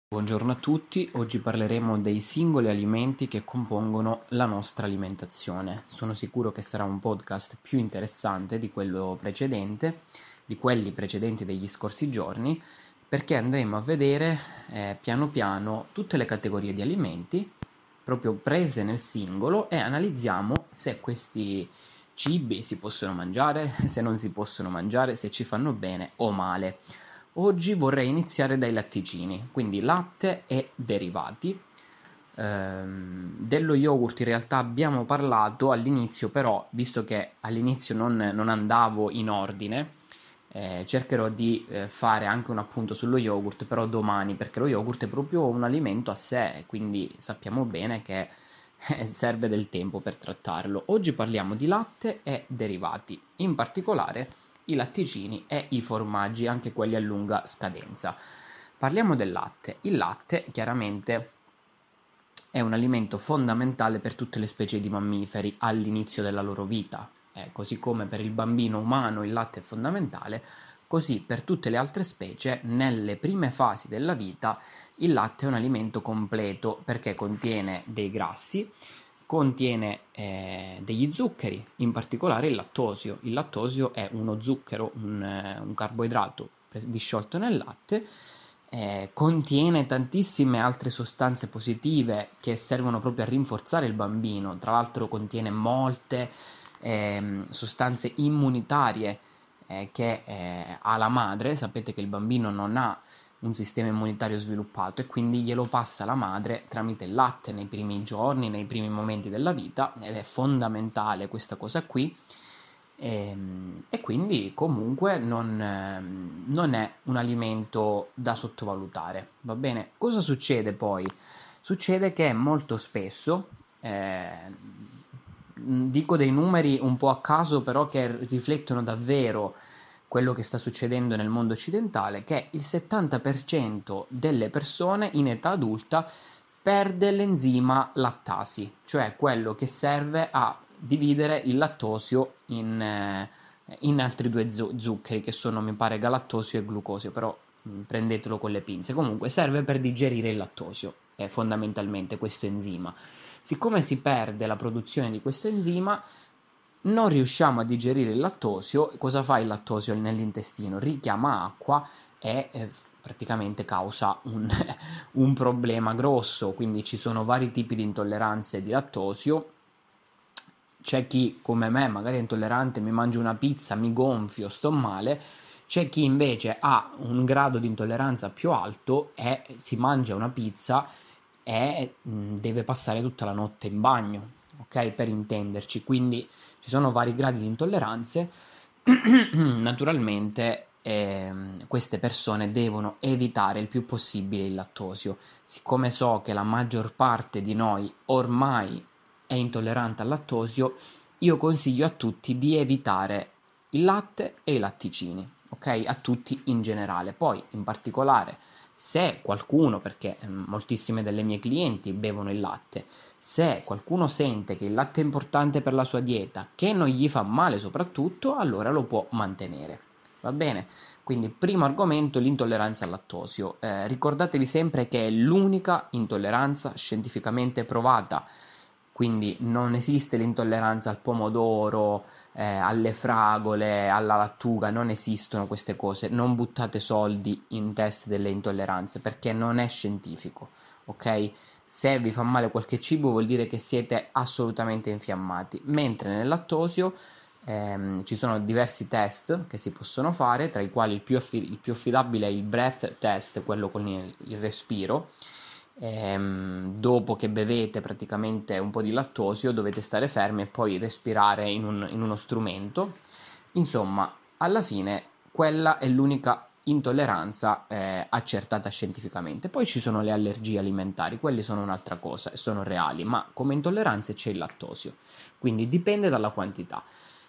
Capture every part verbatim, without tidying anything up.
Buongiorno a tutti, oggi parleremo dei singoli alimenti che compongono la nostra alimentazione. Sono sicuro che sarà un podcast più interessante di quello precedente, di quelli precedenti degli scorsi giorni, perché andremo a vedere eh, piano piano tutte le categorie di alimenti, proprio prese nel singolo, e analizziamo se questi cibi si possono mangiare, se non si possono mangiare, se ci fanno bene o male. Oggi vorrei iniziare dai latticini, quindi latte e derivati. Ehm, dello yogurt in realtà abbiamo parlato all'inizio, però visto che all'inizio non, non andavo in ordine, eh, cercherò di eh, fare anche un appunto sullo yogurt, però domani, perché lo yogurt è proprio un alimento a sé, quindi sappiamo bene che eh, serve del tempo per trattarlo. Oggi parliamo di latte e derivati, in particolare i latticini e i formaggi, anche quelli a lunga scadenza. Parliamo del latte. Il latte chiaramente è un alimento fondamentale per tutte le specie di mammiferi all'inizio della loro vita. Eh, così come per il bambino umano il latte è fondamentale, così per tutte le altre specie nelle prime fasi della vita il latte è un alimento completo perché contiene dei grassi, contiene eh, degli zuccheri, in particolare il lattosio. Il lattosio è uno zucchero, un, eh, un carboidrato disciolto nel latte, eh, contiene tantissime altre sostanze positive che servono proprio a rinforzare il bambino. Tra l'altro contiene molte eh, sostanze immunitarie eh, che eh, ha la madre. Sapete che il bambino non ha un sistema immunitario sviluppato e quindi glielo passa la madre tramite il latte nei primi giorni, nei primi momenti della vita, ed è fondamentale questa cosa qui. E, e quindi comunque non, non è un alimento da sottovalutare, va bene? Cosa succede poi? Succede che molto spesso, eh, dico dei numeri un po' a caso, però che riflettono davvero quello che sta succedendo nel mondo occidentale, che il settanta per cento delle persone in età adulta perde l'enzima lattasi, cioè quello che serve a dividere il lattosio in, eh, in altri due zu- zuccheri, che sono, mi pare, galattosio e glucosio, però mh, prendetelo con le pinze. Comunque serve per digerire il lattosio, è fondamentalmente questo enzima. Siccome si perde la produzione di questo enzima, non riusciamo a digerire il lattosio. Cosa fa il lattosio nell'intestino? Richiama acqua e eh, praticamente causa un, un problema grosso, quindi ci sono vari tipi di intolleranze di lattosio. C'è chi come me magari è intollerante, mi mangio una pizza, mi gonfio, sto male. C'è chi invece ha un grado di intolleranza più alto e si mangia una pizza e mh, deve passare tutta la notte in bagno, ok? Per intenderci. Quindi ci sono vari gradi di intolleranze. Naturalmente ehm, queste persone devono evitare il più possibile il lattosio. Siccome so che la maggior parte di noi ormai è intollerante al lattosio, io consiglio a tutti di evitare il latte e i latticini, ok? A tutti in generale. Poi, in particolare, se qualcuno, perché eh, moltissime delle mie clienti bevono il latte, se qualcuno sente che il latte è importante per la sua dieta, che non gli fa male soprattutto, allora lo può mantenere. Va bene? Quindi, primo argomento, l'intolleranza al lattosio. Eh, ricordatevi sempre che è l'unica intolleranza scientificamente provata. Quindi non esiste l'intolleranza al pomodoro, eh, alle fragole, alla lattuga, non esistono queste cose. Non buttate soldi in test delle intolleranze perché non è scientifico, ok? Se vi fa male qualche cibo vuol dire che siete assolutamente infiammati, mentre nel lattosio ehm, ci sono diversi test che si possono fare, tra i quali il più, affi- il più affidabile è il breath test, quello con il, il respiro. Ehm, dopo che bevete praticamente un po' di lattosio dovete stare fermi e poi respirare in, un- in uno strumento. Insomma, alla fine quella è l'unica intolleranza eh, accertata scientificamente. Poi ci sono le allergie alimentari, quelle sono un'altra cosa e sono reali, ma come intolleranze c'è il lattosio, quindi dipende dalla quantità.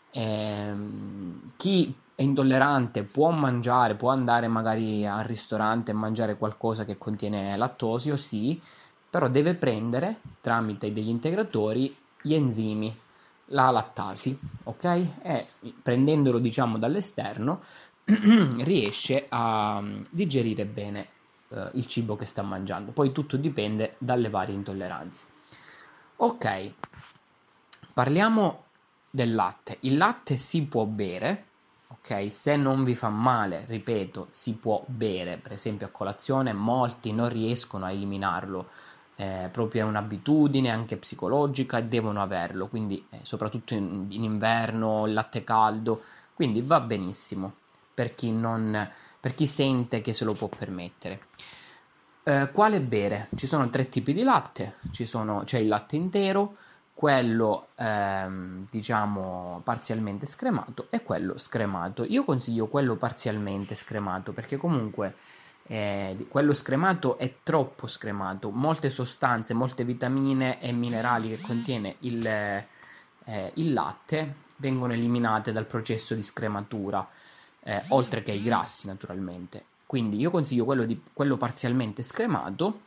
Ehm, chi è intollerante può mangiare, può andare magari al ristorante e mangiare qualcosa che contiene lattosio, sì, però deve prendere tramite degli integratori gli enzimi, la lattasi, ok? E prendendolo diciamo dall'esterno riesce a digerire bene eh, il cibo che sta mangiando. Poi tutto dipende dalle varie intolleranze. Ok, parliamo del latte. Il latte si può bere, ok? Se non vi fa male, ripeto, si può bere. Per esempio a colazione molti non riescono a eliminarlo, eh, proprio è un'abitudine anche psicologica e devono averlo, quindi eh, soprattutto in, in inverno, il latte caldo, quindi va benissimo per chi non, per chi sente che se lo può permettere. Eh, quale bere? Ci sono tre tipi di latte, ci sono, c'è il latte intero, quello ehm, diciamo parzialmente scremato e quello scremato. Io consiglio quello parzialmente scremato perché comunque eh, quello scremato è troppo scremato, molte sostanze, molte vitamine e minerali che contiene il, eh, il latte vengono eliminate dal processo di scrematura, eh, oltre che i grassi naturalmente. Quindi io consiglio quello, di, quello parzialmente scremato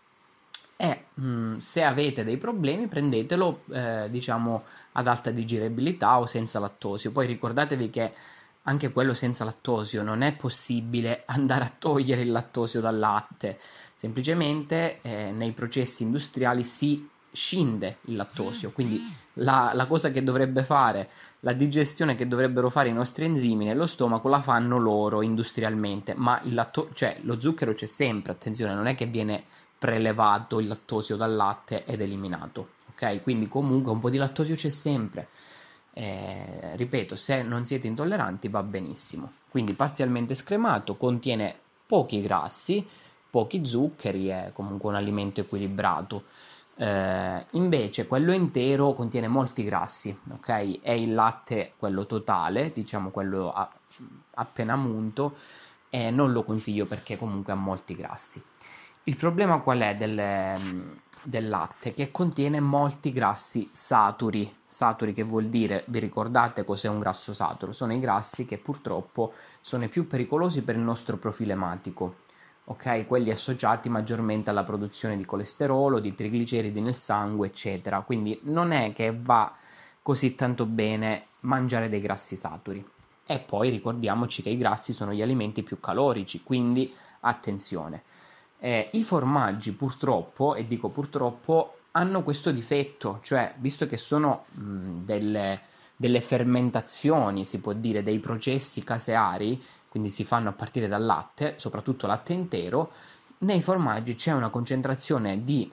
e mh, se avete dei problemi prendetelo eh, diciamo ad alta digeribilità o senza lattosio. Poi ricordatevi che anche quello senza lattosio non è possibile andare a togliere il lattosio dal latte, semplicemente eh, nei processi industriali si scinde il lattosio, quindi la, la cosa che dovrebbe fare, la digestione che dovrebbero fare i nostri enzimi nello stomaco la fanno loro industrialmente, ma il latto- cioè, lo zucchero c'è sempre, attenzione, non è che viene prelevato il lattosio dal latte ed eliminato, ok? Quindi comunque un po' di lattosio c'è sempre. Eh, ripeto, se non siete intolleranti va benissimo. Quindi parzialmente scremato, contiene pochi grassi, pochi zuccheri, è comunque un alimento equilibrato. Eh, invece quello intero contiene molti grassi, ok? È il latte, quello totale, diciamo quello a, appena munto, e non lo consiglio perché comunque ha molti grassi. Il problema qual è del, del latte? Che contiene molti grassi saturi. Saturi che vuol dire, vi ricordate cos'è un grasso saturo? Sono i grassi che purtroppo sono i più pericolosi per il nostro profilo ematico, ok? Quelli associati maggiormente alla produzione di colesterolo, di trigliceridi nel sangue, eccetera. Quindi non è che va così tanto bene mangiare dei grassi saturi. E poi ricordiamoci che i grassi sono gli alimenti più calorici, quindi attenzione. Eh, I formaggi purtroppo, e dico purtroppo, hanno questo difetto, cioè visto che sono mh, delle, delle fermentazioni, si può dire, dei processi caseari, quindi si fanno a partire dal latte, soprattutto latte intero, nei formaggi c'è una concentrazione di,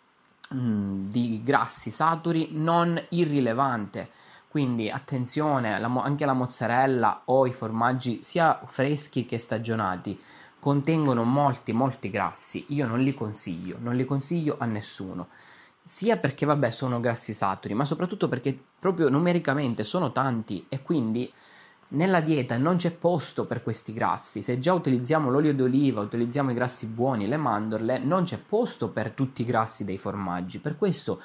mh, di grassi saturi non irrilevante. Quindi attenzione, la mo- anche la mozzarella o i formaggi sia freschi che stagionati contengono molti molti grassi. Io non li consiglio, non li consiglio a nessuno. Sia perché vabbè sono grassi saturi, ma soprattutto perché proprio numericamente sono tanti e quindi nella dieta non c'è posto per questi grassi. Se già utilizziamo l'olio d'oliva, utilizziamo i grassi buoni, le mandorle, non c'è posto per tutti i grassi dei formaggi. Per questo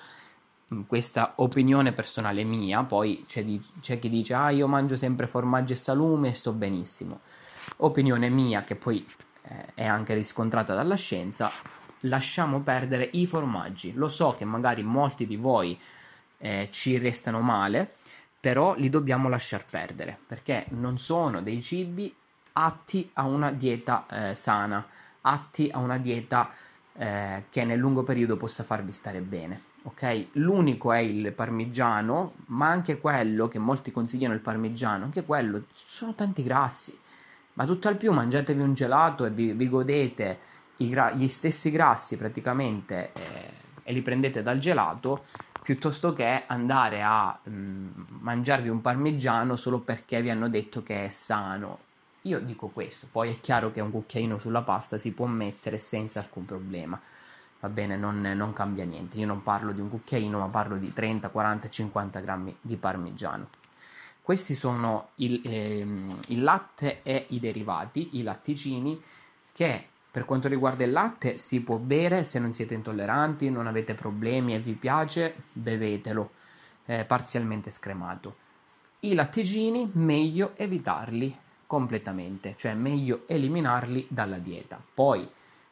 questa opinione personale mia, poi c'è, di, c'è chi dice ah io mangio sempre formaggi e salume e sto benissimo. Opinione mia che poi eh, è anche riscontrata dalla scienza, lasciamo perdere i formaggi. Lo so che magari molti di voi eh, ci restano male, però li dobbiamo lasciar perdere perché non sono dei cibi atti a una dieta eh, sana, atti a una dieta eh, che nel lungo periodo possa farvi stare bene. Ok, l'unico è il parmigiano, ma anche quello che molti consigliano il parmigiano, anche quello sono tanti grassi. Ma tutt'al più mangiatevi un gelato e vi, vi godete i gra- gli stessi grassi praticamente eh, e li prendete dal gelato piuttosto che andare a mh, mangiarvi un parmigiano solo perché vi hanno detto che è sano. Io dico questo, poi è chiaro che un cucchiaino sulla pasta si può mettere senza alcun problema, va bene, non, non cambia niente. Io non parlo di un cucchiaino, ma parlo di trenta, quaranta, cinquanta grammi di parmigiano. Questi sono il, ehm, il latte e i derivati, i latticini, che per quanto riguarda il latte si può bere se non siete intolleranti, non avete problemi e vi piace, bevetelo eh, parzialmente scremato. I latticini meglio evitarli completamente, cioè meglio eliminarli dalla dieta. Poi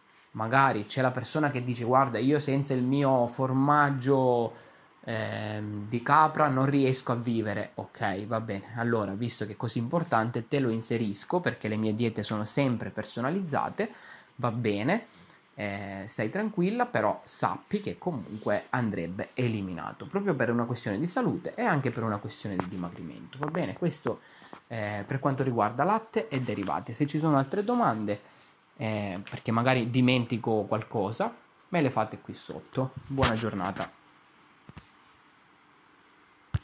magari c'è la persona che dice guarda io senza il mio formaggio ehm, di capra non riesco a vivere. Ok, va bene, allora visto che è così importante te lo inserisco perché le mie diete sono sempre personalizzate, va bene, eh, stai tranquilla, però sappi che comunque andrebbe eliminato, proprio per una questione di salute e anche per una questione di dimagrimento, va bene? Questo eh, per quanto riguarda latte e derivati. Se ci sono altre domande, eh, perché magari dimentico qualcosa, me le fate qui sotto. Buona giornata.